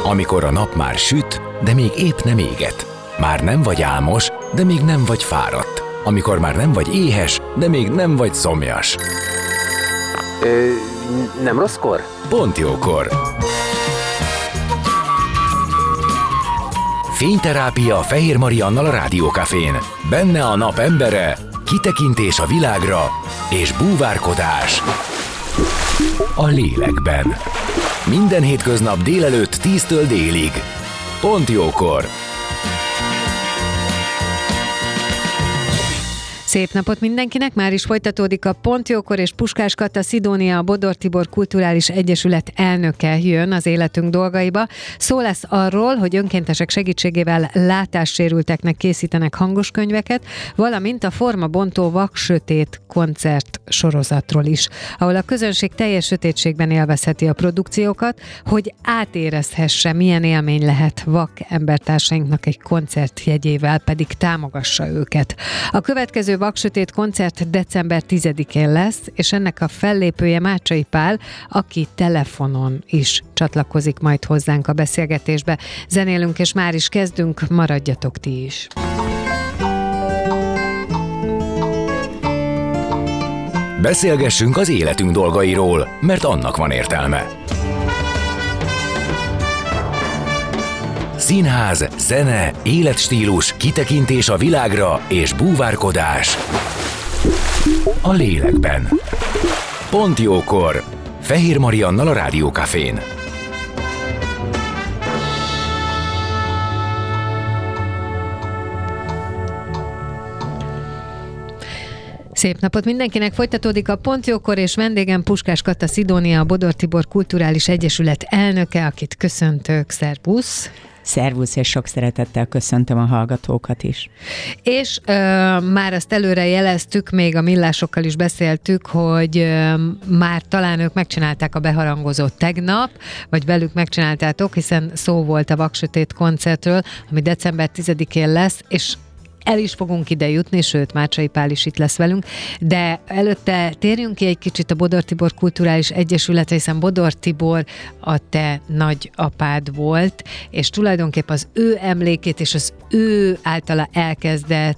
Amikor a nap már süt, de még épp nem éget. Már nem vagy álmos, de még nem vagy fáradt. Amikor már nem vagy éhes, de még nem vagy szomjas. Nem rosszkor? Pont jókor. Fényterápia Fehér Mariannal a Rádiókafén. Benne a nap embere, kitekintés a világra és búvárkodás a lélekben. Minden hétköznap délelőtt 10-től délig. Pont jókor. Szép napot mindenkinek, már is folytatódik a Pont jókor, és Puskás Kata Szidónia, a Bodor Tibor Kulturális Egyesület elnöke jön az életünk dolgaiba. Szó lesz arról, hogy önkéntesek segítségével látássérülteknek készítenek hangoskönyveket, valamint a formabontó Vaksötét koncert sorozatról is, ahol a közönség teljes sötétségben élvezheti a produkciókat, hogy átérezhesse, milyen élmény lehet vak embertársainknak egy koncert jegyével, pedig támogassa őket. A következő Vaksötét koncert december 10-én lesz, és ennek a fellépője Mácsai Pál, aki telefonon is csatlakozik majd hozzánk a beszélgetésbe. Zenélünk, és már is kezdünk, maradjatok ti is! Beszélgessünk az életünk dolgairól, mert annak van értelme. Színház, zene, életstílus, kitekintés a világra és búvárkodás a lélekben. Pont jókor. Fehér Mariannal a Rádiókafén. Szép napot mindenkinek, folytatódik a Pont jókor, és vendégem Puskás Kata Szidónia, a Bodor Tibor Kulturális Egyesület elnöke, akit köszöntök. Szervusz! Szervusz, és sok szeretettel köszöntöm a hallgatókat is. És már azt előre jeleztük, még a Millásokkal is beszéltük, hogy már talán ők megcsinálták a beharangozót tegnap, vagy velük megcsináltátok, hiszen szó volt a Vaksötét koncertről, ami december 10-én lesz, és el is fogunk ide jutni, sőt, Mácsai Pál is itt lesz velünk, de előtte térjünk ki egy kicsit a Bodor Tibor Kulturális Egyesületre, hiszen Bodor Tibor a te nagyapád volt, és tulajdonképp az ő emlékét és az ő általa elkezdett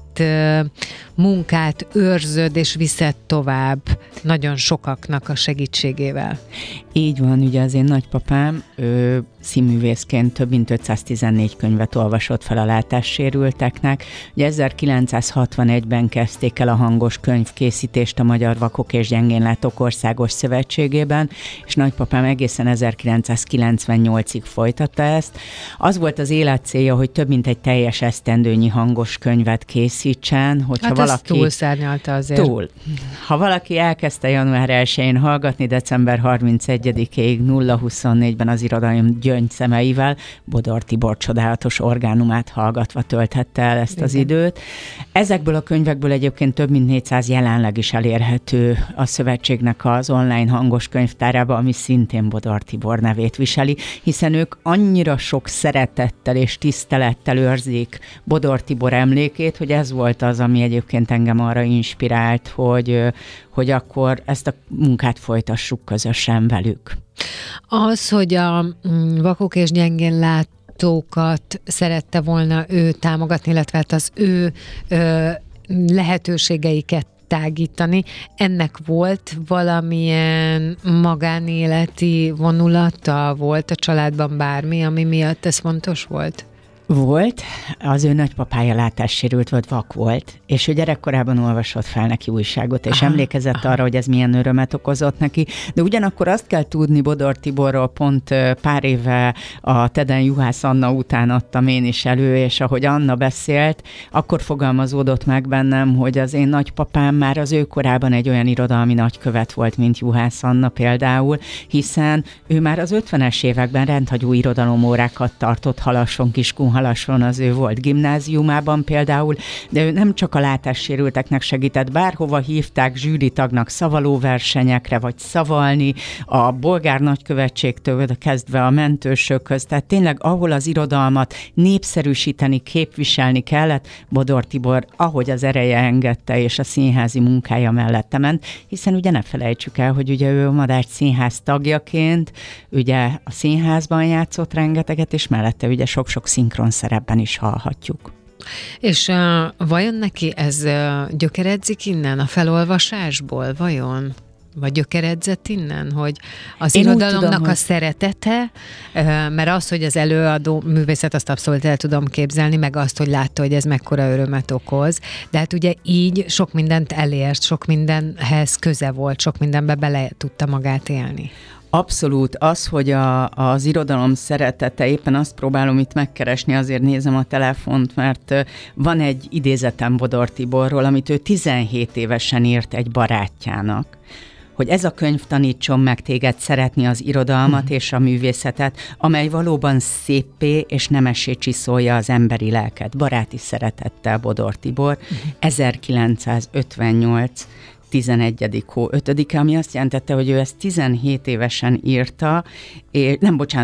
munkát őrzöd és viszed tovább nagyon sokaknak a segítségével. Így van, ugye az én nagypapám, ő színművészként több mint 514 könyvet olvasott fel a látássérülteknek. Ugye 1961-ben kezdték el a hangos könyvkészítést a Magyar Vakok és Gyengénlátók Országos Szövetségében, és nagypapám egészen 1998-ig folytatta ezt. Az volt az életcélja, hogy több mint egy teljes esztendőnyi hangos könyvet készítsen, hogyha hát valaki... túlszárnyalta azért. Túl. Ha valaki elkezdte január 1-én hallgatni, december 31-ig 0-24-ben az irodalom gyöngyszemeivel, Bodor Tibor csodálatos orgánumát hallgatva tölthette el ezt az időt. Ezekből a könyvekből egyébként több mint 400 jelenleg is elérhető a szövetségnek az online hangos könyvtárába, ami szintén Bodor Tibor nevét viseli, hiszen ők annyira sok szeretettel és tisztelettel őrzik Bodor Tibor emlékét, hogy ez volt az, ami egyébként engem arra inspirált, hogy akkor ezt a munkát folytassuk közösen velük. Az, hogy a vakok és gyengénlátókat szerette volna ő támogatni, illetve hát az ő lehetőségeiket tágítani, ennek volt valamilyen magánéleti vonulata, volt a családban bármi, ami miatt ez fontos volt? Volt, az ő nagypapája látássérült volt, vak volt, és ő gyerekkorában olvasott fel neki újságot, és emlékezett arra, hogy ez milyen örömet okozott neki, de ugyanakkor azt kell tudni Bodor Tiborról, pont pár éve a Teden Juhász Anna után adtam én is elő, és ahogy Anna beszélt, akkor fogalmazódott meg bennem, hogy az én nagypapám már az ő korában egy olyan irodalmi nagykövet volt, mint Juhász Anna például, hiszen ő már az 50-es években rendhagyó irodalomórákat tartott Halasson Kiskunhagyson Martonhalason az ő volt gimnáziumában például, de ő nem csak a látássérülteknek segített, bárhova hívták zsűritagnak szavalóversenyekre, vagy szavalni, a bolgár nagykövetségtől kezdve a mentősökhöz, tehát tényleg ahol az irodalmat népszerűsíteni, képviselni kellett, Bodor Tibor, ahogy az ereje engedte, és a színházi munkája mellette ment, hiszen ugye ne felejtsük el, hogy ugye ő a Madách Színház tagjaként, ugye a színházban játszott rengeteget, és mellette ugye sok-sok szinkron szerepben is hallhatjuk. És vajon neki ez gyökeredzik innen, a felolvasásból, vajon? Vagy gyökeredzett innen, hogy az irodalomnak a szeretete, mert az, hogy az előadó művészet, azt abszolút el tudom képzelni, meg azt, hogy látta, hogy ez mekkora örömet okoz, de hát ugye így sok mindent elért, sok mindenhez köze volt, sok mindenbe bele tudta magát élni. Abszolút. Az, hogy az irodalom szeretete, éppen azt próbálom itt megkeresni, azért nézem a telefont, mert van egy idézetem Bodor Tiborról, amit ő 17 évesen írt egy barátjának, hogy ez a könyv tanítson meg téged szeretni az irodalmat és a művészetet, amely valóban széppé és nemessé csiszolja az emberi lelket. Baráti szeretettel, Bodor Tibor, 1958 11. hó 5-e, ami azt jelentette, hogy ő ezt 17 évesen írta, és,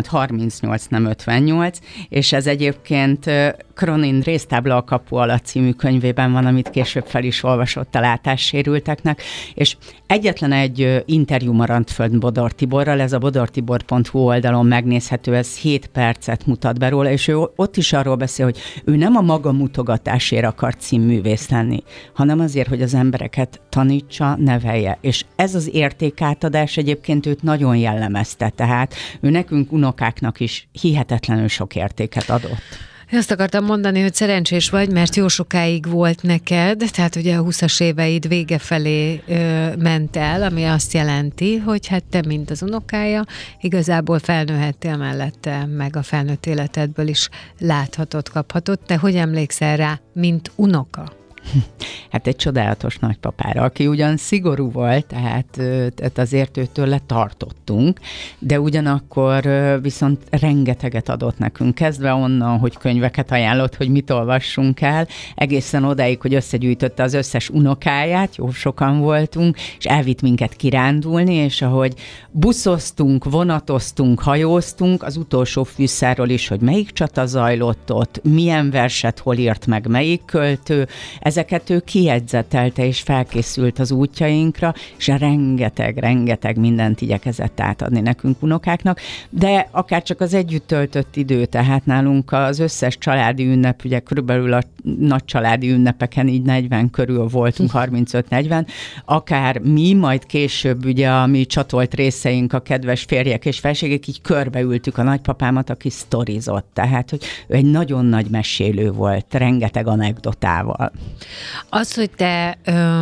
38, nem 58, és ez egyébként Cronin Résztábla a kapu alatt című könyvében van, amit később fel is olvasott a látássérülteknek, és egyetlen egy interjú maradt fönt Bodor Tiborral, ez a bodortibor.hu oldalon megnézhető, ez 7 percet mutat be róla, és ő ott is arról beszél, hogy ő nem a maga mutogatásért akar címművész lenni, hanem azért, hogy az embereket tanítsa, nevelje. És ez az értékátadás egyébként őt nagyon jellemezte, tehát ő nekünk unokáknak is hihetetlenül sok értéket adott. Azt akartam mondani, hogy szerencsés vagy, mert jó sokáig volt neked, tehát ugye a 20-as éveid vége felé ment el, ami azt jelenti, hogy hát te, mint az unokája, igazából felnőhettél mellette, meg a felnőtt életedből is láthatod, kaphatod. Te hogy emlékszel rá, mint unoka? Hát egy csodálatos nagypapára, aki ugyan szigorú volt, tehát azért őtől tartottunk, de ugyanakkor viszont rengeteget adott nekünk, kezdve onnan, hogy könyveket ajánlott, hogy mit olvassunk el, egészen odáig, hogy összegyűjtötte az összes unokáját, jó sokan voltunk, és elvitt minket kirándulni, és ahogy buszoztunk, vonatoztunk, hajóztunk, az utolsó fűszárról is, hogy melyik csata zajlott ott, milyen verset hol írt meg melyik költő, ezeket ő kijegyzetelte és felkészült az útjainkra, és rengeteg mindent igyekezett átadni nekünk unokáknak, de akár csak az együtt töltött idő, tehát nálunk az összes családi ünnep, ugye körülbelül a nagy családi ünnepeken így 40 körül voltunk, 35-40, akár mi, majd később ugye a mi csatolt részeink, a kedves férjek és felségek, így körbeültük a nagypapámat, aki sztorizott, tehát hogy ő egy nagyon nagy mesélő volt, rengeteg anekdotával. Az, hogy te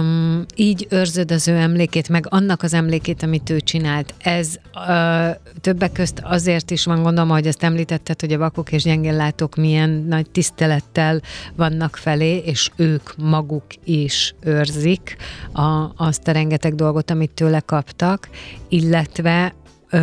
így őrzöd az ő emlékét, meg annak az emlékét, amit ő csinált, ez többek közt azért is van, gondolom, ahogy azt említetted, hogy a vakok és gyengéllátók milyen nagy tisztelettel vannak felé, és ők maguk is őrzik azt a rengeteg dolgot, amit tőle kaptak, illetve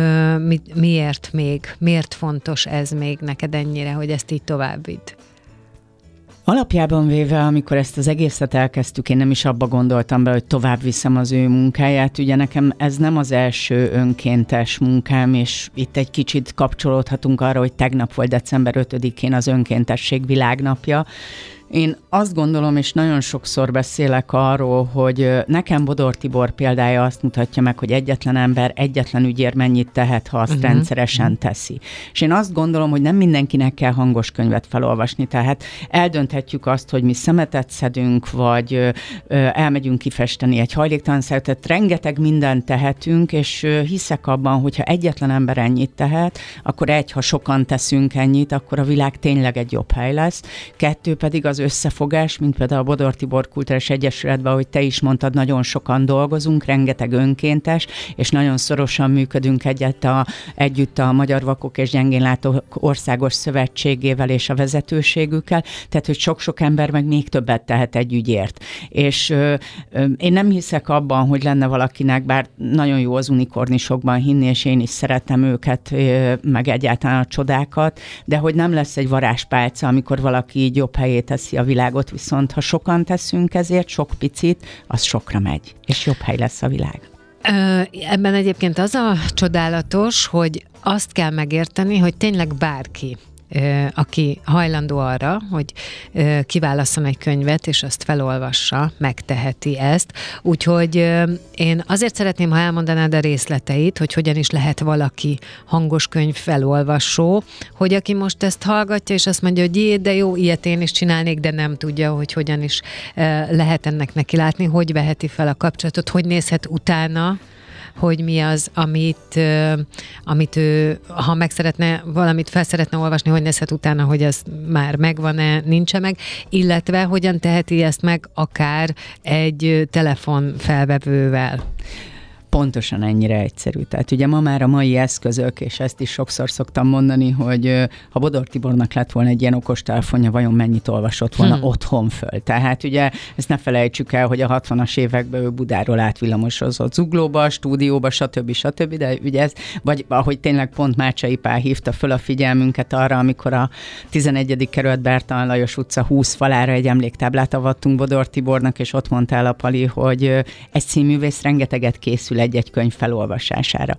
miért még? Miért fontos ez még neked ennyire, hogy ezt így tovább vidd? Alapjában véve, amikor ezt az egészet elkezdtük, én nem is abba gondoltam be, hogy tovább viszem az ő munkáját. Ugye nekem ez nem az első önkéntes munkám, és itt egy kicsit kapcsolódhatunk arra, hogy tegnap volt december 5-én az önkéntesség világnapja. Én azt gondolom, és nagyon sokszor beszélek arról, hogy nekem Bodor Tibor példája azt mutatja meg, hogy egyetlen ember, egyetlen ügyért mennyit tehet, ha azt rendszeresen teszi. És én azt gondolom, hogy nem mindenkinek kell hangos könyvet felolvasni, tehát eldönthetjük azt, hogy mi szemetet szedünk, vagy elmegyünk kifesteni egy hajléktalan szeretet, rengeteg mindent tehetünk, és hiszek abban, hogyha egyetlen ember ennyit tehet, akkor ha sokan teszünk ennyit, akkor a világ tényleg egy jobb hely lesz. 2 pedig az az összefogás, mint például a Bodor Tibor Kulturális Egyesületben, ahogy te is mondtad, nagyon sokan dolgozunk, rengeteg önkéntes, és nagyon szorosan működünk együtt a Magyar Vakok és Gyengénlátók Országos Szövetségével és a vezetőségükkel, tehát hogy sok-sok ember meg még többet tehet egy ügyért. És én nem hiszek abban, hogy lenne valakinek, bár nagyon jó az unikornisokban hinni, és én is szeretem őket, meg egyáltalán a csodákat, de hogy nem lesz egy varázspálca, amikor valaki így jobb helyé teszi a világot, viszont ha sokan teszünk ezért, sok picit, az sokra megy, és jobb hely lesz a világ. Ebben egyébként az a csodálatos, hogy azt kell megérteni, hogy tényleg bárki, aki hajlandó arra, hogy kiválasszon egy könyvet, és azt felolvassa, megteheti ezt. Úgyhogy én azért szeretném, ha elmondanád a részleteit, hogy hogyan is lehet valaki hangos könyv felolvasó, hogy aki most ezt hallgatja, és azt mondja, hogy jé, de jó, ilyet én is csinálnék, de nem tudja, hogy hogyan is lehet ennek neki látni, hogy veheti fel a kapcsolatot, hogy nézhet utána, hogy mi az, amit ő, ha meg szeretne, valamit fel szeretne olvasni, hogy nézhet utána, hogy ez már megvan-e, nincs-e meg, illetve hogyan teheti ezt meg akár egy telefonfelvevővel. Pontosan ennyire egyszerű. Tehát ugye ma már a mai eszközök, és ezt is sokszor szoktam mondani, hogy ha Bodor Tibornak lett volna egy ilyen okostelefonja, vajon mennyit olvasott volna otthon föl. Tehát ugye ezt ne felejtsük el, hogy a 60-as években ő Budáról átvillamosozott Zuglóba, stúdióba, stb. De ugye ez, vagy ahogy tényleg pont Mácsai Pál hívta föl a figyelmünket arra, amikor a 11. kerület Bertalan Lajos utca 20 falára egy emléktáblát avattunk Bodor Tibornak, és ott mondta el a Pali, hogy egy színművész rengeteget készül egy-egy könyv felolvasására.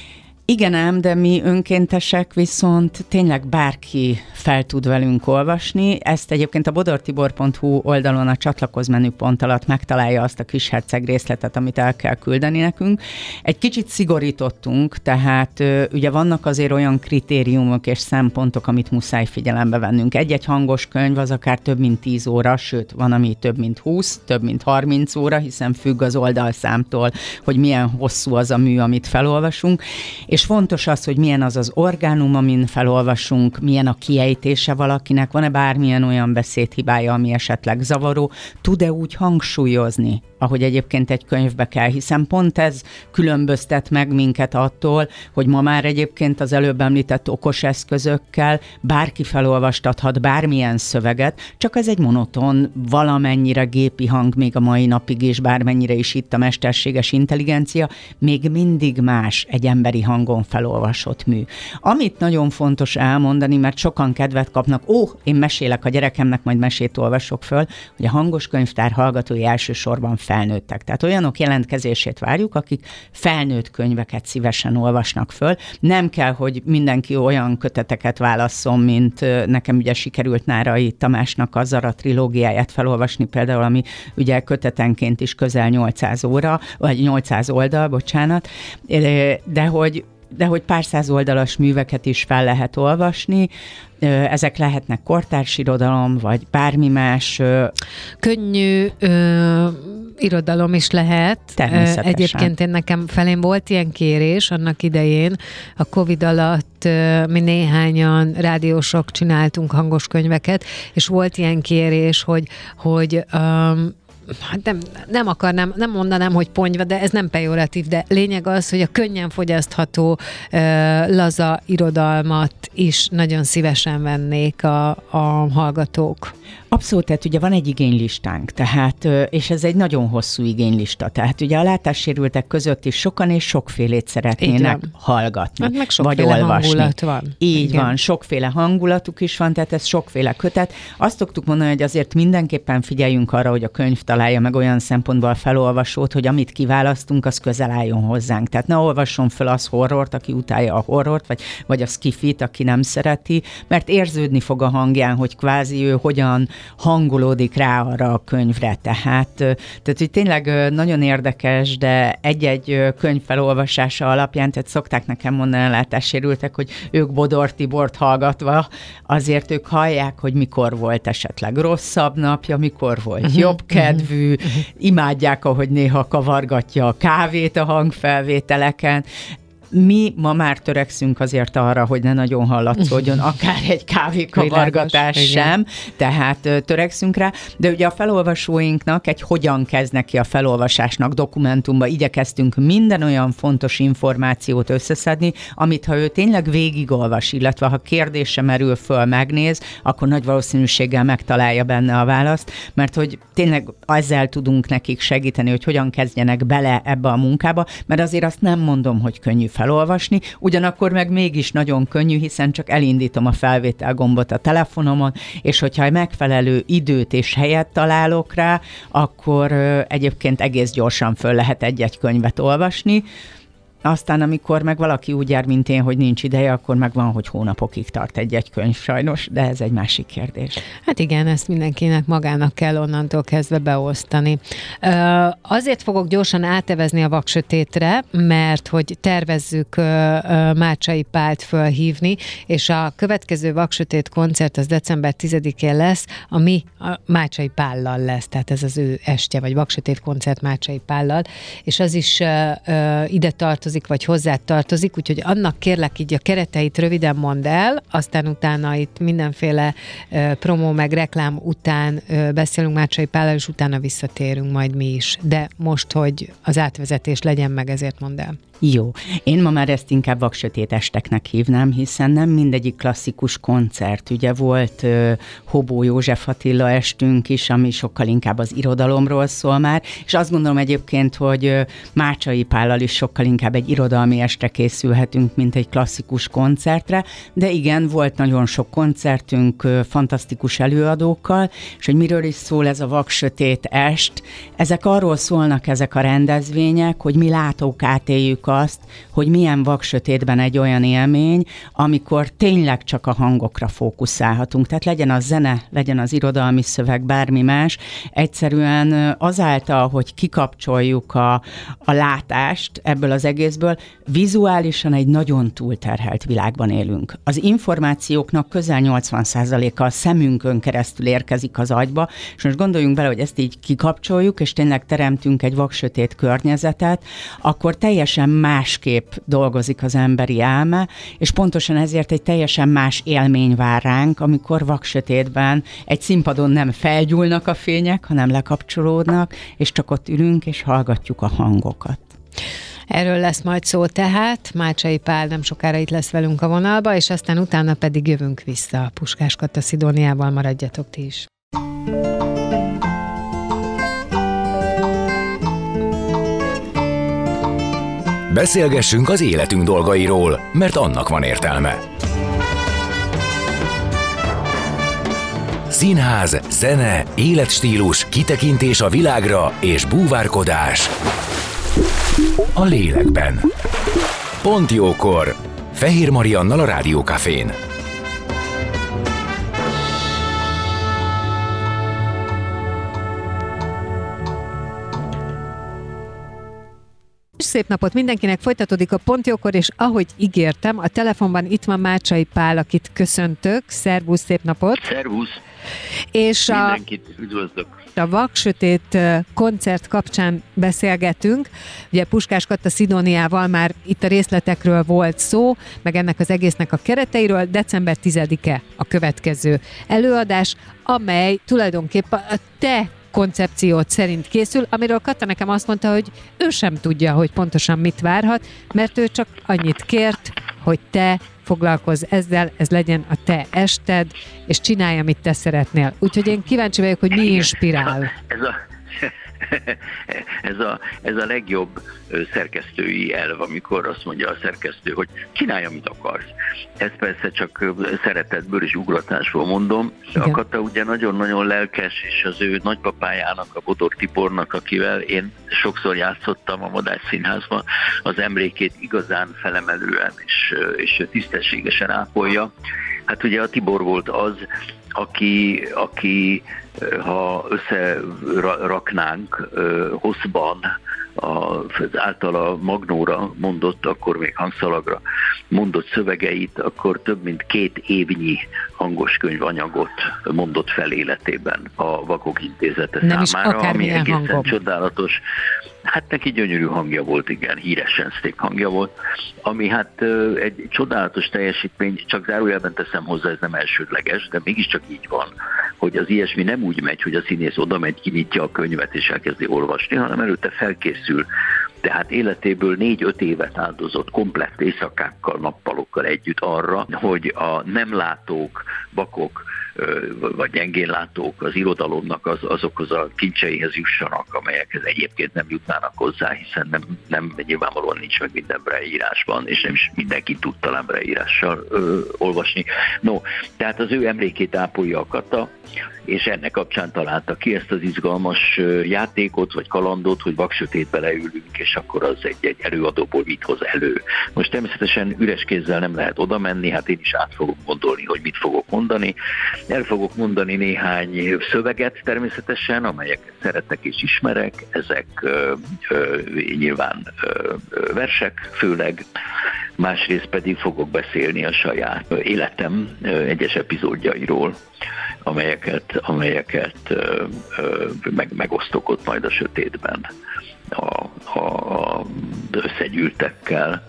Igen ám, de mi önkéntesek viszont tényleg bárki fel tud velünk olvasni. Ezt egyébként a bodortibor.hu oldalon a csatlakozz menüpont alatt megtalálja azt a kisherceg részletet, amit el kell küldeni nekünk. Egy kicsit szigorítottunk, tehát ugye vannak azért olyan kritériumok és szempontok, amit muszáj figyelembe vennünk. Egy-egy hangos könyv az akár több mint 10 óra, sőt, van, ami több mint 20, több mint 30 óra, hiszen függ az oldalszámtól, hogy milyen hosszú az a mű, amit felolvasunk. És fontos az, hogy milyen az az orgánum, amin felolvasunk, milyen a kiejtése valakinek, van-e bármilyen olyan beszédhibája, ami esetleg zavaró, tud-e úgy hangsúlyozni, ahogy egyébként egy könyvbe kell, hiszen pont ez különböztet meg minket attól, hogy ma már egyébként az előbb említett okos eszközökkel bárki felolvastathat bármilyen szöveget, csak ez egy monoton, valamennyire gépi hang még a mai napig is, bármennyire is itt a mesterséges intelligencia, még mindig más egy emberi hangon felolvasott mű. Amit nagyon fontos elmondani, mert sokan kedvet kapnak, én mesélek a gyerekemnek, majd mesét olvasok föl, hogy a hangos könyvtár hallgatói elsősorban felnőttek. Tehát olyanok jelentkezését várjuk, akik felnőtt könyveket szívesen olvasnak föl. Nem kell, hogy mindenki olyan köteteket válasszon, mint nekem ugye sikerült Nárai Tamásnak a Zara trilógiáját felolvasni, például, ami ugye kötetenként is közel 800 óra, vagy 800 oldal, bocsánat, de hogy pár száz oldalas műveket is fel lehet olvasni. Ezek lehetnek kortárs irodalom, vagy bármi más. Könnyű irodalom is lehet. Természetesen. Egyébként nekem felém volt ilyen kérés annak idején. A Covid alatt mi néhányan rádiósok csináltunk hangos könyveket, és volt ilyen kérés, hogy nem mondanám, hogy ponyva, de ez nem pejoratív, de lényeg az, hogy a könnyen fogyasztható laza irodalmat is nagyon szívesen vennék a hallgatók. Abszolút, tehát ugye van egy igénylistánk, tehát, és ez egy nagyon hosszú igénylista, tehát ugye a látássérültek között is sokan és sokfélét szeretnének hallgatni, hát meg vagy olvasni. Hangulat van. Így van, sokféle hangulatuk is van, tehát ez sokféle kötet. Azt szoktuk mondani, hogy azért mindenképpen figyeljünk arra, hogy a könyv találja meg olyan szempontból a felolvasót, hogy amit kiválasztunk, az közel álljon hozzánk. Tehát ne olvasson föl az horrort, aki utálja a horrort, vagy a skifit, aki nem szereti, mert érződni fog a hangján, hogy kvázi ő hogyan hangolódik rá arra a könyvre. Tehát hogy tényleg nagyon érdekes, de egy-egy könyv felolvasása alapján, tehát szokták nekem mondani a látássérültek, hogy ők Bodor Tibort hallgatva, azért ők hallják, hogy mikor volt esetleg rosszabb napja, mikor volt jobb kedvű, imádják, ahogy néha kavargatja a kávét a hangfelvételeken. Mi ma már törekszünk azért arra, hogy ne nagyon hallatszódjon, akár egy kávékavargatás sem, tehát törekszünk rá, de ugye a felolvasóinknak hogyan kezdnek ki a felolvasásnak dokumentumba, igyekeztünk minden olyan fontos információt összeszedni, amit ha ő tényleg végigolvas, illetve ha kérdése merül föl, megnéz, akkor nagy valószínűséggel megtalálja benne a választ, mert hogy tényleg ezzel tudunk nekik segíteni, hogy hogyan kezdjenek bele ebbe a munkába, mert azért azt nem mondom, hogy könnyű felolvasni, ugyanakkor meg mégis nagyon könnyű, hiszen csak elindítom a felvétel gombot a telefonomon, és hogyha megfelelő időt és helyet találok rá, akkor egyébként egész gyorsan föl lehet egy-egy könyvet olvasni. Aztán, amikor meg valaki úgy jár, mint én, hogy nincs ideje, akkor meg van, hogy hónapokig tart egy könyv sajnos, de ez egy másik kérdés. Hát igen, ezt mindenkinek magának kell onnantól kezdve beosztani. Azért fogok gyorsan átevezni a Vaksötétre, mert hogy tervezzük Mácsai Pált fölhívni, és a következő Vaksötét koncert az december 10-én lesz, ami a Mácsai Pállal lesz, tehát ez az ő estje, vagy Vaksötét koncert Mácsai Pállal, és az is ide tartozik, vagy hozzá tartozik, úgyhogy annak kérlek így a kereteit röviden mondd el, aztán utána itt mindenféle promó meg reklám után beszélünk Mácsai Pállal, és utána visszatérünk majd mi is. De most, hogy az átvezetés legyen meg, ezért mondd el. Jó. Én ma már ezt inkább Vaksötét esteknek hívnám, hiszen nem mindegyik klasszikus koncert. Ugye volt Hobó József Attila estünk is, ami sokkal inkább az irodalomról szól már, és azt gondolom egyébként, hogy Mácsai Pállal is sokkal inkább egy irodalmi estre készülhetünk, mint egy klasszikus koncertre, de igen, volt nagyon sok koncertünk fantasztikus előadókkal, és hogy miről is szól ez a Vaksötét est. Ezek arról szólnak, ezek a rendezvények, hogy mi látók átéljük azt, hogy milyen vaksötétben egy olyan élmény, amikor tényleg csak a hangokra fókuszálhatunk. Tehát legyen az zene, legyen az irodalmi szöveg, bármi más. Egyszerűen azáltal, hogy kikapcsoljuk a látást ebből az egészből, vizuálisan egy nagyon túlterhelt világban élünk. Az információknak közel 80%-a a szemünkön keresztül érkezik az agyba, és most gondoljunk bele, hogy ezt így kikapcsoljuk, és tényleg teremtünk egy vaksötét környezetet, akkor teljesen másképp dolgozik az emberi elme, és pontosan ezért egy teljesen más élmény vár ránk, amikor vaksötétben egy színpadon nem felgyúlnak a fények, hanem lekapcsolódnak, és csak ott ülünk, és hallgatjuk a hangokat. Erről lesz majd szó tehát, Mácsai Pál nem sokára itt lesz velünk a vonalba, és aztán utána pedig jövünk vissza Puskás Kata Szidóniával, maradjatok ti is. Beszélgessünk az életünk dolgairól, mert annak van értelme. Színház, zene, életstílus, kitekintés a világra és búvárkodás a lélekben. Pont jókor! Fehér Mariannal a Rádió Cafén. Szép napot mindenkinek, folytatódik a Pont jókor, és ahogy ígértem, a telefonban itt van Mácsai Pál, akit köszöntök. Szervusz, szép napot! Szervusz! És mindenkit üdvözlök! A Vaksötét koncert kapcsán beszélgetünk. Ugye Puskás Kata Szidóniával már itt a részletekről volt szó, meg ennek az egésznek a kereteiről. December 10-e a következő előadás, amely tulajdonképpen a te koncepciót szerint készül, amiről Kata nekem azt mondta, hogy ő sem tudja, hogy pontosan mit várhat, mert ő csak annyit kért, hogy te foglalkozz ezzel, ez legyen a te ested, és csinálj, amit te szeretnél. Úgyhogy én kíváncsi vagyok, hogy mi inspirál. Ez a legjobb szerkesztői elv, amikor azt mondja a szerkesztő, hogy csinálj, amit akarsz. Ez persze csak szeretetből és ugratásból mondom. Igen. A Kata ugye nagyon-nagyon lelkes, és az ő nagypapájának, a Bodor Tibornak, akivel én sokszor játszottam a Madách Színházban, az emlékét igazán felemelően és tisztességesen ápolja. Hát ugye a Tibor volt az, aki ha összeraknánk hosszban az általa Magnóra mondott, akkor még hangszalagra mondott szövegeit, akkor több mint 2 évnyi hangoskönyvanyagot mondott fel életében a Vakok Intézete nem számára, ami egészen hangom. csodálatos. Hát neki gyönyörű hangja volt, igen, híresen szép hangja volt, ami hát egy csodálatos teljesítmény, csak zárójelben teszem hozzá, ez nem elsődleges, de mégiscsak így van, hogy az ilyesmi nem úgy megy, hogy a színész oda megy, kinyitja a könyvet és elkezdi olvasni, hanem előtte felkészül. Tehát életéből 4-5 évet áldozott komplett éjszakákkal, nappalokkal együtt arra, hogy a nem látók, vakok vagy gyengénlátók az irodalomnak azokhoz a kincseihez jussanak, amelyekhez egyébként nem jutnának hozzá, hiszen nem nyilvánvalóan nincs meg minden Braille-írásban, és nem is mindenki tud talán Braille-írással olvasni. No, tehát az ő emlékét ápolja a Kata, és ennek kapcsán találta ki ezt az izgalmas játékot, vagy kalandot, hogy vaksötétbe leülünk, és akkor az egy előadóból mit hoz elő. Most természetesen üres kézzel nem lehet oda menni, hát én is át fogok gondolni, hogy mit fogok mondani. El fogok mondani néhány szöveget természetesen, amelyeket szeretek és ismerek, ezek nyilván versek főleg, másrészt pedig fogok beszélni a saját életem egyes epizódjairól, amelyeket megosztok ott majd a sötétben az összegyűltekkel.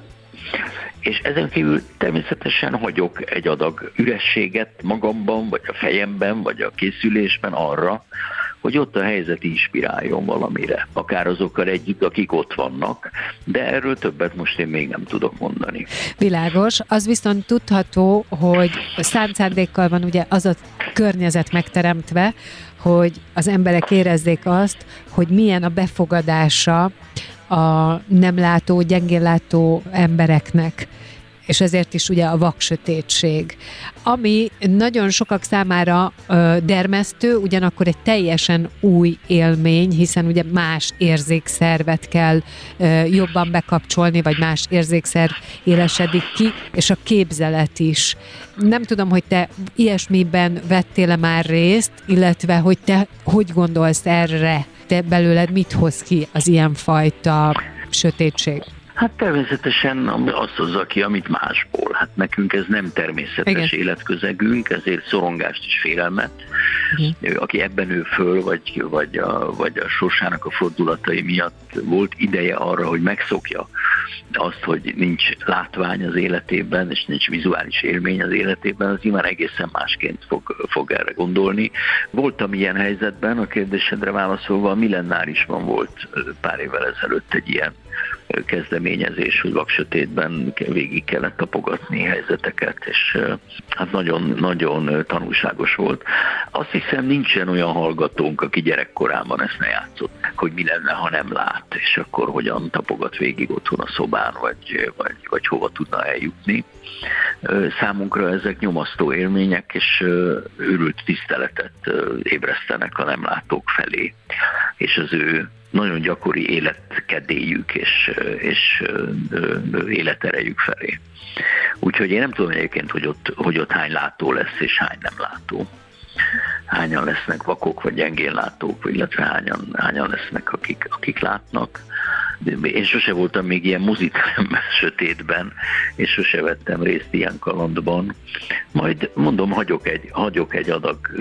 És ezen kívül természetesen hagyok egy adag ürességet magamban, vagy a fejemben, vagy a készülésben arra, hogy ott a helyzet inspiráljon valamire, akár azokkal együtt, akik ott vannak, de erről többet most én még nem tudok mondani. Világos, az viszont tudható, hogy szánt szándékkal van ugye az a környezet megteremtve, hogy az emberek érezzék azt, hogy milyen a befogadása a nem látó, gyengénlátó embereknek, és ezért is ugye a vaksötétség, ami nagyon sokak számára dermesztő, ugyanakkor egy teljesen új élmény, hiszen ugye más érzékszervet kell jobban bekapcsolni, vagy más érzékszerv élesedik ki, és a képzelet is. Nem tudom, hogy te ilyesmiben vettél-e már részt, illetve hogy te hogy gondolsz erre, te belőled mit hoz ki az ilyenfajta sötétség? Hát természetesen azt hozza ki, amit másból. Hát nekünk ez nem természetes életközegünk, ezért szorongást és félelmet. Aki ebben nő föl, vagy a sorsának a fordulatai miatt volt ideje arra, hogy megszokja azt, hogy nincs látvány az életében, és nincs vizuális élmény az életében, az nyilván egészen másként fog erre gondolni. Voltam ilyen helyzetben, a kérdésedre válaszolva, a Millennárisban volt pár évvel ezelőtt egy ilyen kezdeményezés, hogy vaksötétben végig kellett tapogatni helyzeteket, és hát nagyon tanulságos volt. Azt hiszem, nincsen olyan hallgatónk, aki gyerekkorában ezt ne játszott, hogy mi lenne, ha nem lát, és akkor hogyan tapogat végig otthon a szobán, vagy hova tudna eljutni. Számunkra ezek nyomasztó élmények, és őrült tiszteletet ébresztenek a nem látók felé, és az ő nagyon gyakori életkedélyük és életerejük felé. Úgyhogy én nem tudom egyébként, hogy ott hány látó lesz és hány nem látó. Hányan lesznek vakok vagy gyengénlátók, illetve hányan lesznek, akik látnak. Én sose voltam még ilyen moziteremben, sötétben, és sose vettem részt ilyen kalandban. Majd mondom, hagyok egy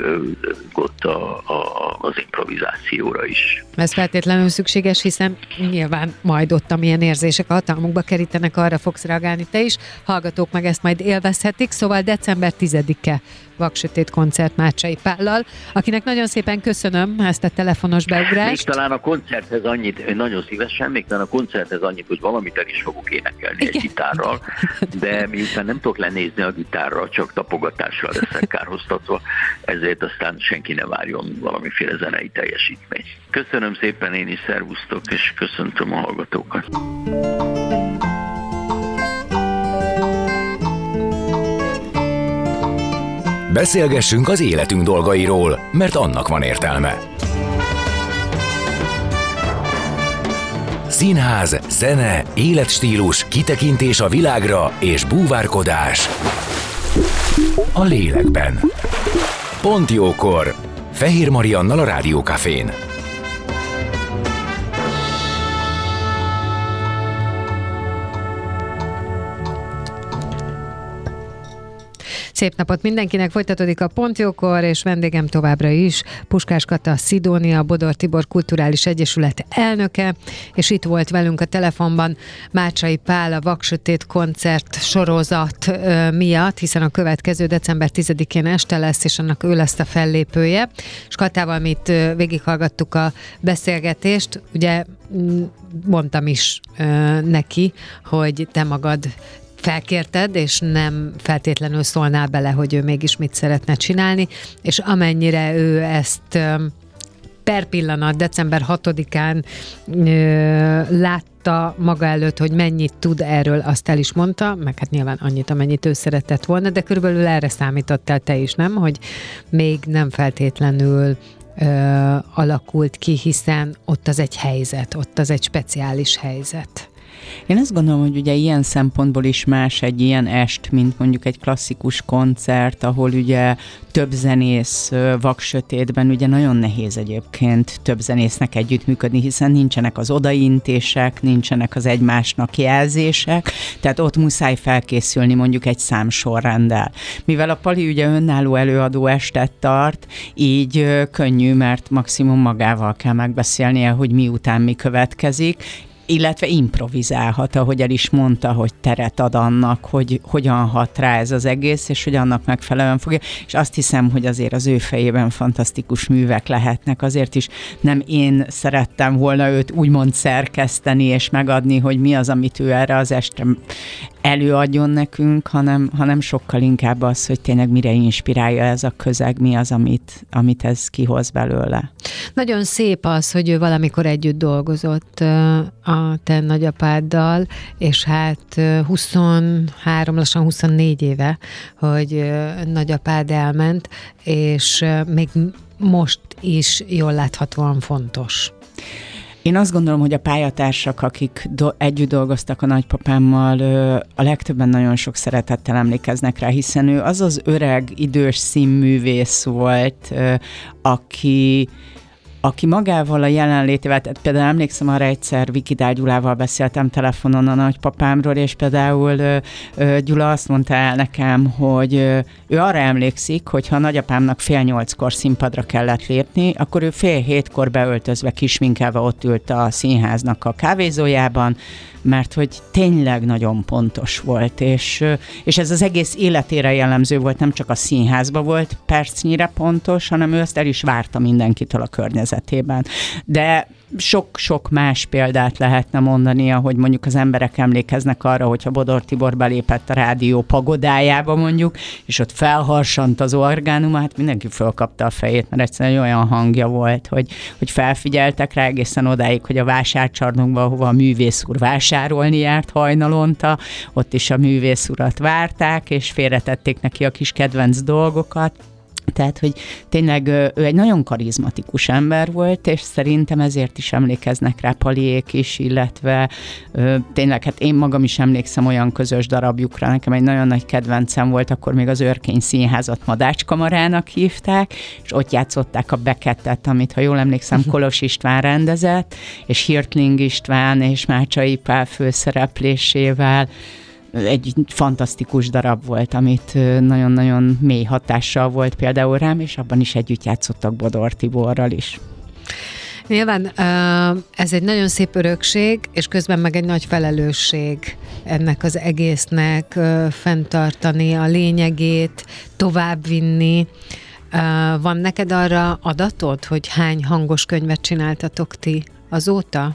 adagot az improvizációra is. Ez feltétlenül szükséges, hiszen nyilván majd ott, amilyen érzések a hatalmukba kerítenek, arra fogsz reagálni te is. Hallgatók meg ezt majd élvezhetik, szóval december 10-e Vaksötét koncert Mácsai Pállal, akinek nagyon szépen köszönöm ezt a telefonos beugrást. Még talán a koncerthez annyit, nagyon szívesen, a koncerthez annyit, hogy valamit el is fogok énekelni egy gitárral, de miután nem tudok lenézni a gitárra, csak tapogatással leszek kárhoztatva, ezért aztán senki ne várjon valamiféle zenei teljesítményt. Köszönöm szépen én is, szervusztok, és köszöntöm a hallgatókat. Beszélgessünk az életünk dolgairól, mert annak van értelme. Színház, zene, életstílus, kitekintés a világra és búvárkodás a lélekben. Pont jókor! Fehér Mariannal a Rádió Cafén. Szép napot mindenkinek, folytatódik a Pontjókor, és vendégem továbbra is Puskás Kata Szidónia, Bodor Tibor Kulturális Egyesület elnöke, és itt volt velünk a telefonban Mácsai Pál a Vaksötét koncert sorozat miatt, hiszen a következő december 10-én este lesz, és annak ő lesz a fellépője. És Katával mi itt végighallgattuk a beszélgetést, ugye mondtam is neki, hogy te magad felkérted, és nem feltétlenül szólnál bele, hogy ő mégis mit szeretne csinálni, és amennyire ő ezt per pillanat, december 6-án látta maga előtt, hogy mennyit tud erről, azt el is mondta, meg hát nyilván annyit, amennyit ő szeretett volna, de körülbelül erre számítottál te is, nem? Hogy még nem feltétlenül alakult ki, hiszen ott az egy helyzet, ott az egy speciális helyzet. Én azt gondolom, hogy ugye ilyen szempontból is más egy ilyen est, mint mondjuk egy klasszikus koncert, ahol ugye több zenész vaksötétben, ugye nagyon nehéz egyébként több zenésznek együttműködni, hiszen nincsenek az odaintések, nincsenek az egymásnak jelzések, tehát ott muszáj felkészülni mondjuk egy számsorrenddel. Mivel a Pali ugye önálló előadó estet tart, így könnyű, mert maximum magával kell megbeszélnie, hogy miután mi következik, illetve improvizálhat, ahogy el is mondta, hogy teret ad annak, hogy hogyan hat rá ez az egész, és hogy annak megfelelően fogja. És azt hiszem, hogy azért az ő fejében fantasztikus művek lehetnek. Azért is nem én szerettem volna őt úgymond szerkeszteni, és megadni, hogy mi az, amit ő erre az estre előadjon nekünk, hanem sokkal inkább az, hogy tényleg mire inspirálja ez a közeg, mi az, amit ez kihoz belőle. Nagyon szép az, hogy ő valamikor együtt dolgozott a te nagyapáddal, és hát 23, lassan 24 éve, hogy nagyapád elment, és még most is jól láthatóan fontos. Én azt gondolom, hogy a pályatársak, akik együtt dolgoztak a nagypapámmal, a legtöbben nagyon sok szeretettel emlékeznek rá, hiszen ő az az öreg, idős színművész volt, aki magával a jelenlétével, tehát például emlékszem arra egyszer, Vikidál Gyulával beszéltem telefonon a nagypapámról, és például Gyula azt mondta el nekem, hogy ő arra emlékszik, hogy ha a nagyapámnak 7:30-kor színpadra kellett lépni, akkor ő 6:30 beöltözve, kisminkelve ott ült a színháznak a kávézójában, mert hogy tényleg nagyon pontos volt, és ez az egész életére jellemző volt, nem csak a színházban volt percnyire pontos, hanem ő ezt el is várta mindenkitől a környezetében. De sok-sok más példát lehetne mondani, ahogy mondjuk az emberek emlékeznek arra, hogyha Bodor Tibor belépett a rádió pagodájába mondjuk, és ott felharsant az orgánum, hát mindenki fölkapta a fejét, mert egyszerűen olyan hangja volt, hogy felfigyeltek rá egészen odáig, hogy a vásárcsarnokban, ahova a művész úr vásárolni járt hajnalonta, ott is a művész urat várták, és félretették neki a kis kedvenc dolgokat. Tehát, hogy tényleg ő egy nagyon karizmatikus ember volt, és szerintem ezért is emlékeznek rá Paliék is, illetve tényleg, hát én magam is emlékszem olyan közös darabjukra, nekem egy nagyon nagy kedvencem volt, akkor még az Örkény Színházat Madácskamarának hívták, és ott játszották a Beckettet, amit, ha jól emlékszem, Kolos István rendezett, és Hirtling István és Mácsai Pál főszereplésével. Egy fantasztikus darab volt, amit nagyon-nagyon mély hatással volt például rám, és abban is együtt játszottak Bodor Tiborral is. Nyilván ez egy nagyon szép örökség, és közben meg egy nagy felelősség ennek az egésznek fenntartani a lényegét, továbbvinni. Van neked arra adatod, hogy hány hangos könyvet csináltatok ti azóta?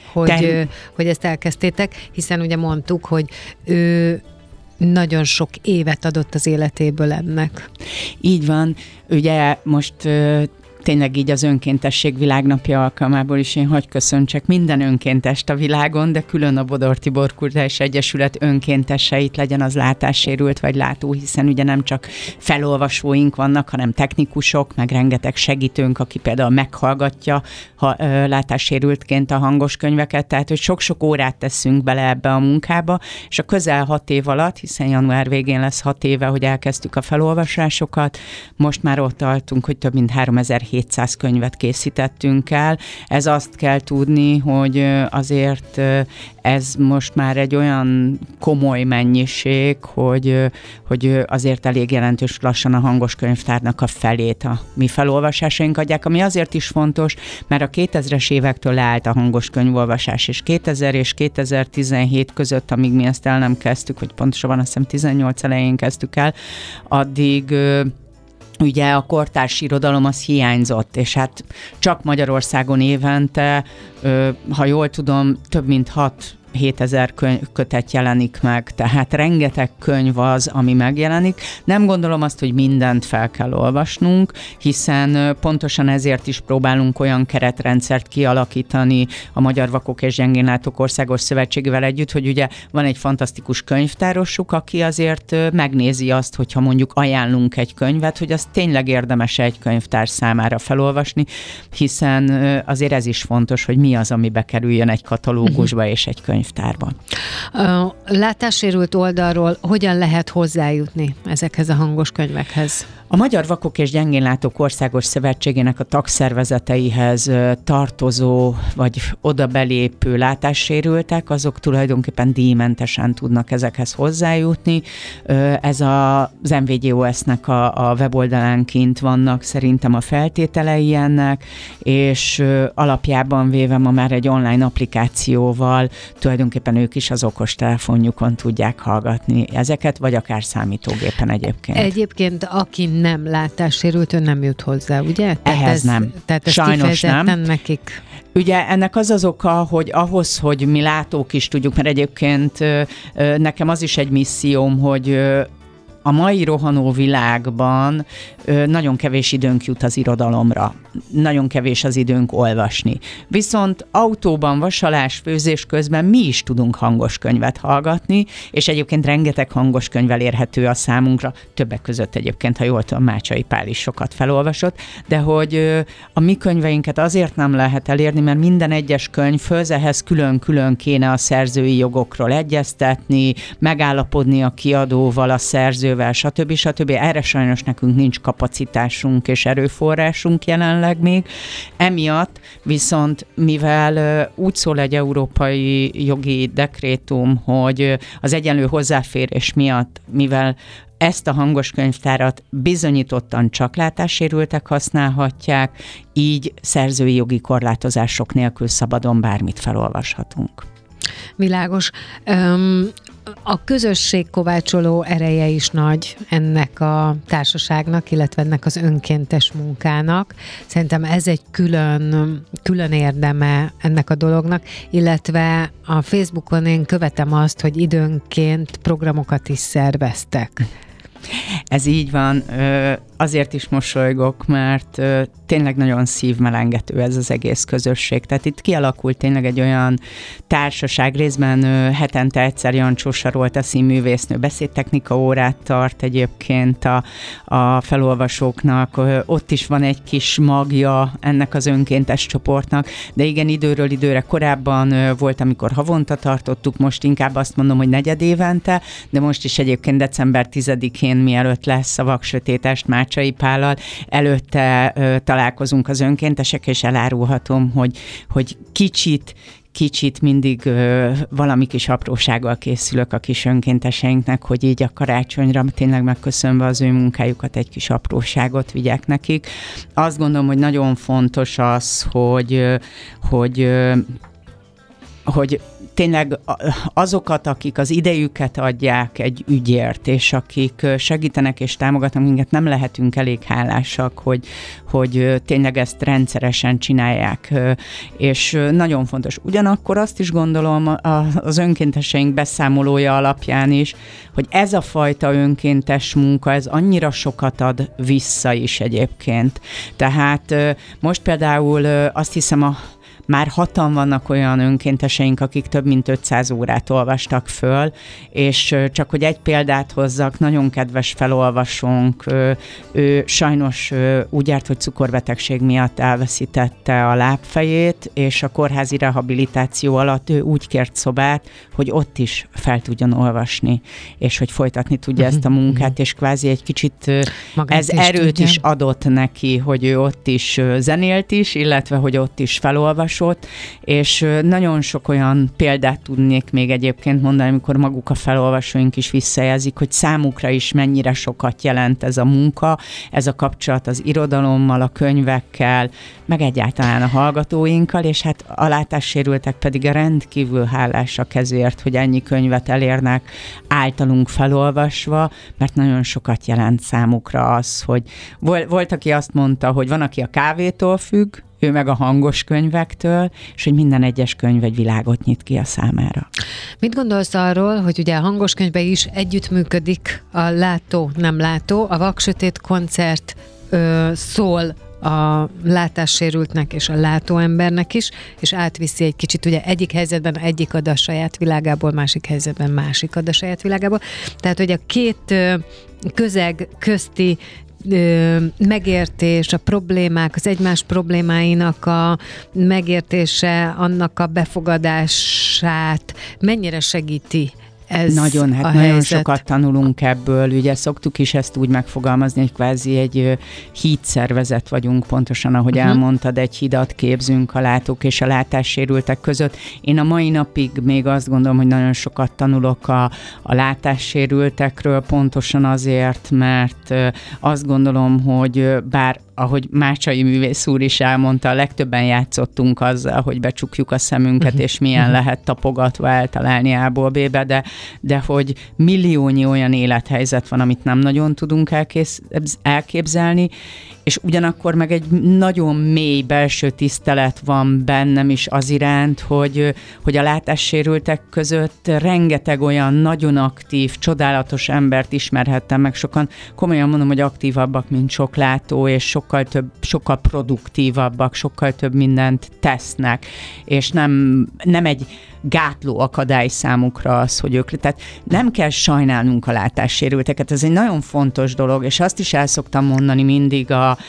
Hogy ezt elkezdtétek, hiszen ugye mondtuk, hogy ő nagyon sok évet adott az életéből ennek. Így van. Ugye most tényleg így az önkéntesség világnapja alkalmából is én hagy köszöntsek minden önkéntest a világon, de külön a Bodor Tibor Kulturális Egyesület önkénteseit, legyen az látássérült vagy látó, hiszen ugye nem csak felolvasóink vannak, hanem technikusok, meg rengeteg segítőnk, aki például meghallgatja látássérültként a hangos könyveket, tehát hogy sok-sok órát teszünk bele ebbe a munkába, és a közel 6 év alatt, hiszen január végén lesz 6 éve, hogy elkezdtük a felolvasásokat, most már ott tartunk, hogy több mint 3700 700 könyvet készítettünk el. Ez azt kell tudni, hogy azért ez most már egy olyan komoly mennyiség, hogy azért elég jelentős lassan a hangos könyvtárnak a felét a mi felolvasásaink adják, ami azért is fontos, mert a 2000-es évektől leállt a hangos könyvolvasás, és 2000 és 2017 között, amíg mi ezt el nem kezdtük, hogy pontosabban azt hiszem 18 elején kezdtük el, addig ugye a kortárs irodalom az hiányzott, és hát csak Magyarországon évente, ha jól tudom, több mint 7000 kötet jelenik meg, tehát rengeteg könyv az, ami megjelenik. Nem gondolom azt, hogy mindent fel kell olvasnunk, hiszen pontosan ezért is próbálunk olyan keretrendszert kialakítani a Magyar Vakok és Gyengénlátók Országos Szövetségével együtt, hogy ugye van egy fantasztikus könyvtárosuk, aki azért megnézi azt, hogyha mondjuk ajánlunk egy könyvet, hogy az tényleg érdemes egy könyvtár számára felolvasni, hiszen azért ez is fontos, hogy mi az, ami bekerüljön egy katalógusba és egy könyvtárba. A látássérült oldalról hogyan lehet hozzájutni ezekhez a hangos könyvekhez? A Magyar Vakok és Gyengénlátók Országos Szövetségének a tagszervezeteihez tartozó, vagy oda belépő látássérültek, azok tulajdonképpen díjmentesen tudnak ezekhez hozzájutni. Ez az MVGOS-nek a weboldalán kint vannak szerintem a feltételei ennek, és alapjában véve ma már egy online applikációval tulajdonképpen ők is az okostelefonjukon tudják hallgatni ezeket, vagy akár számítógépen egyébként. Egyébként, aki nem látássérült, ő nem jut hozzá, ugye? Ehhez nem. Tehát ez sajnos nem. Nekik... Ugye ennek az oka, hogy ahhoz, hogy mi látók is tudjuk, mert egyébként nekem az is egy misszióm, hogy a mai rohanó világban nagyon kevés időnk jut az irodalomra. Nagyon kevés az időnk olvasni. Viszont autóban, vasalás, főzés közben mi is tudunk hangos könyvet hallgatni, és egyébként rengeteg hangos könyvvel érhető a számunkra, többek között egyébként, ha jól tudom, Mácsai Pál is sokat felolvasott, de hogy a mi könyveinket azért nem lehet elérni, mert minden egyes könyvhöz ehhez külön-külön kéne a szerzői jogokról egyeztetni, megállapodni a kiadóval, a szerzővel, stb. Erre sajnos nekünk nincs kapacitásunk és erőforrásunk jelenleg még. Emiatt viszont, mivel úgy szól egy európai jogi dekrétum, hogy az egyenlő hozzáférés miatt, mivel ezt a hangos könyvtárat bizonyítottan csak látássérültek használhatják, így szerzői jogi korlátozások nélkül szabadon bármit felolvashatunk. Világos. A közösség kovácsoló ereje is nagy ennek a társaságnak, illetve ennek az önkéntes munkának. Szerintem ez egy külön érdeme ennek a dolognak, illetve a Facebookon én követem azt, hogy időnként programokat is szerveztek. Ez így van, azért is mosolygok, mert tényleg nagyon szívmelengető ez az egész közösség. Tehát itt kialakult tényleg egy olyan társaság, részben hetente egyszer Jancsó Sarolta színművésznő beszédtechnika órát tart egyébként a felolvasóknak. Ott is van egy kis magja ennek az önkéntes csoportnak, de igen, időről időre korábban volt, amikor havonta tartottuk, most inkább azt mondom, hogy negyedévente, de most is egyébként december 10-én, mielőtt lesz a Vaksötétest Mácsai Pállal, előtte találkozunk az önkéntesek, és elárulhatom, hogy kicsit mindig valami kis aprósággal készülök a kis önkénteseinknek, hogy így a karácsonyra tényleg megköszönve az ő munkájukat egy kis apróságot vigyek nekik. Azt gondolom, hogy nagyon fontos az, hogy tényleg azokat, akik az idejüket adják egy ügyért, és akik segítenek és támogatnak minket, nem lehetünk elég hálásak, hogy tényleg ezt rendszeresen csinálják, és nagyon fontos. Ugyanakkor azt is gondolom az önkénteseink beszámolója alapján is, hogy ez a fajta önkéntes munka, ez annyira sokat ad vissza is egyébként. Tehát most például azt hiszem Már 6-an vannak olyan önkénteseink, akik több mint 500 órát olvastak föl, és csak hogy egy példát hozzak, nagyon kedves felolvasónk, ő sajnos úgy járt, hogy cukorbetegség miatt elveszítette a lábfejét, és a kórházi rehabilitáció alatt ő úgy kért szobát, hogy ott is fel tudjon olvasni, és hogy folytatni tudja ezt a munkát, és kvázi egy kicsit ez erőt is adott neki, hogy ő ott is zenélt is, illetve hogy ott is felolvasott, és nagyon sok olyan példát tudnék még egyébként mondani, amikor maguk a felolvasóink is visszajelzik, hogy számukra is mennyire sokat jelent ez a munka, ez a kapcsolat az irodalommal, a könyvekkel, meg egyáltalán a hallgatóinkkal, és hát a látássérültek pedig a rendkívül hálásak ezért, hogy ennyi könyvet elérnek általunk felolvasva, mert nagyon sokat jelent számukra az, hogy volt, aki azt mondta, hogy van, aki a kávétól függ, ő meg a hangos könyvektől, és hogy minden egyes könyv egy világot nyit ki a számára. Mit gondolsz arról, hogy ugye a hangos könyvben is együttműködik a látó-nem látó, a Vaksötét koncert szól a látássérültnek és a látóembernek is, és átviszi egy kicsit, ugye egyik helyzetben egyik ad a saját világából, másik helyzetben másik ad a saját világából. Tehát, hogy a két közeg közti megértés, a problémák, az egymás problémáinak a megértése, annak a befogadását mennyire segíti ez nagyon, hát a nagyon helyzet. sokat tanulunk ebből, ugye szoktuk is ezt úgy megfogalmazni, hogy kvázi egy hídszervezet vagyunk, pontosan ahogy elmondtad, egy hidat képzünk a látók és a látássérültek között. Én a mai napig még azt gondolom, hogy nagyon sokat tanulok a látássérültekről, pontosan azért, mert azt gondolom, hogy bár ahogy Mácsai művész úr is elmondta, a legtöbben játszottunk azzal, hogy becsukjuk a szemünket, és milyen lehet tapogatva eltalálni A-ból B-be, de hogy milliónyi olyan élethelyzet van, amit nem nagyon tudunk elképzelni, és ugyanakkor meg egy nagyon mély belső tisztelet van bennem is az iránt, hogy a látássérültek között rengeteg olyan nagyon aktív, csodálatos embert ismerhettem meg, sokan komolyan mondom, hogy aktívabbak, mint sok látó, és sokkal produktívabbak, sokkal több mindent tesznek, és nem egy gátló akadály számukra az, hogy ők... Tehát nem kell sajnálnunk a látássérülteket, ez egy nagyon fontos dolog, és azt is el szoktam mondani mindig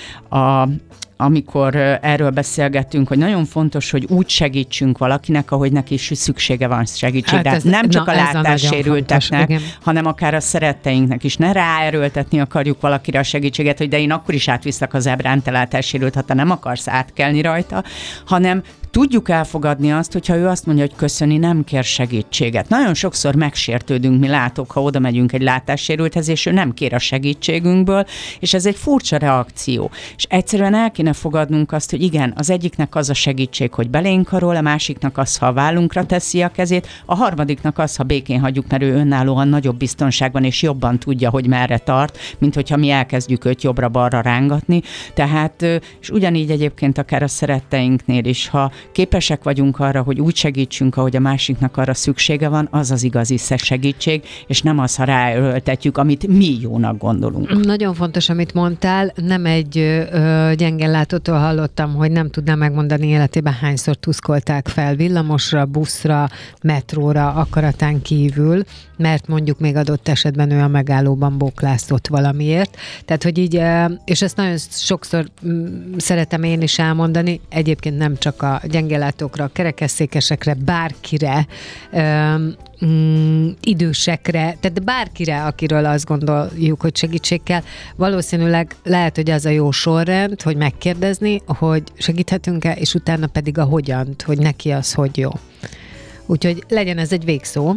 amikor erről beszélgettünk, hogy nagyon fontos, hogy úgy segítsünk valakinek, ahogy neki is szüksége van segítségre. Hát nem csak a látássérülteknek, hanem akár a szeretteinknek is. Ne ráerőltetni akarjuk valakire a segítséget, hogy de én akkor is átviszlek az ebrán, te látássérült, ha te nem akarsz átkelni rajta, hanem tudjuk elfogadni azt, hogyha ő azt mondja, hogy köszöni, nem kér segítséget. Nagyon sokszor megsértődünk mi látók, ha oda megyünk egy látássérülthez, és ő nem kér a segítségünkből, és ez egy furcsa reakció. És egyszerűen el kéne fogadnunk azt, hogy igen, az egyiknek az a segítség, hogy belénk karol, a másiknak az, ha a vállunkra teszi a kezét, a harmadiknak az, ha békén hagyjuk, mert ő önállóan nagyobb biztonságban és jobban tudja, hogy merre tart, mint hogyha mi elkezdjük őt jobbra-balra rángatni. Tehát, és ugyanígy egyébként akár a szeretteinknél is, ha képesek vagyunk arra, hogy úgy segítsünk, ahogy a másiknak arra szüksége van, az az igazi segítség, és nem az, ha ráöltetjük, amit mi jónak gondolunk. Nagyon fontos, amit mondtál. Nem egy gyengellátótól hallottam, hogy nem tudná megmondani életében hányszor tuszkolták fel villamosra, buszra, metróra, akaratán kívül, mert mondjuk még adott esetben ő a megállóban bóklászott valamiért. Tehát, hogy így, és ezt nagyon sokszor szeretem én is elmondani, egyébként nem csak a gyengellátókra, a kerekesszékesekre, bárkire, idősekre, tehát bárkire, akiről azt gondoljuk, hogy segítség kell, valószínűleg lehet, hogy az a jó sorrend, hogy megkérdezni, hogy segíthetünk-e, és utána pedig a hogyant, hogy neki az hogy jó. Úgyhogy legyen ez egy végszó,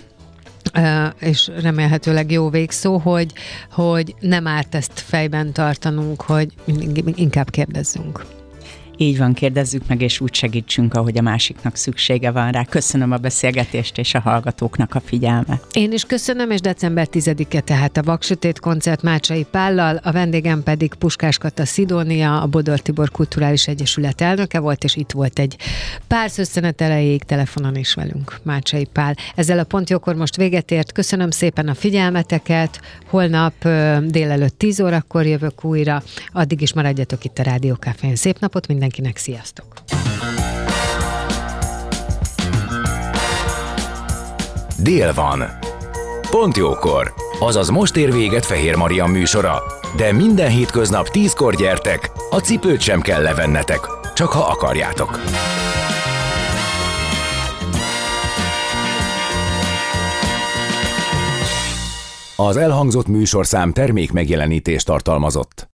és remélhetőleg jó végszó, hogy nem árt ezt fejben tartanunk, hogy inkább kérdezzünk. Így van, kérdezzük meg, és úgy segítsünk, ahogy a másiknak szüksége van rá. Köszönöm a beszélgetést és a hallgatóknak a figyelmet. Én is köszönöm, és december 10-e tehát a Vaksötét koncert Mácsai Pállal, a vendégem pedig Puskás Kata Szidónia, a Bodor Tibor Kulturális Egyesület elnöke volt, és itt volt egy pár szösszenet erejéig telefonon is velünk Mácsai Pál. Ezzel a Pontjókor most véget ért. Köszönöm szépen a figyelmeteket. Holnap délelőtt 10 órakor jövök újra. Addig is maradjatok itt a Rádió Cafén. Szép napot mindenkinek, sziasztok! dél van. Pont jókor, azaz most ér véget Fehér Maria műsora, de minden hétköznap 10-kor gyertek, a cipőt sem kell levennetek, csak ha akarjátok. Az elhangzott műsorszám termék megjelenítést tartalmazott.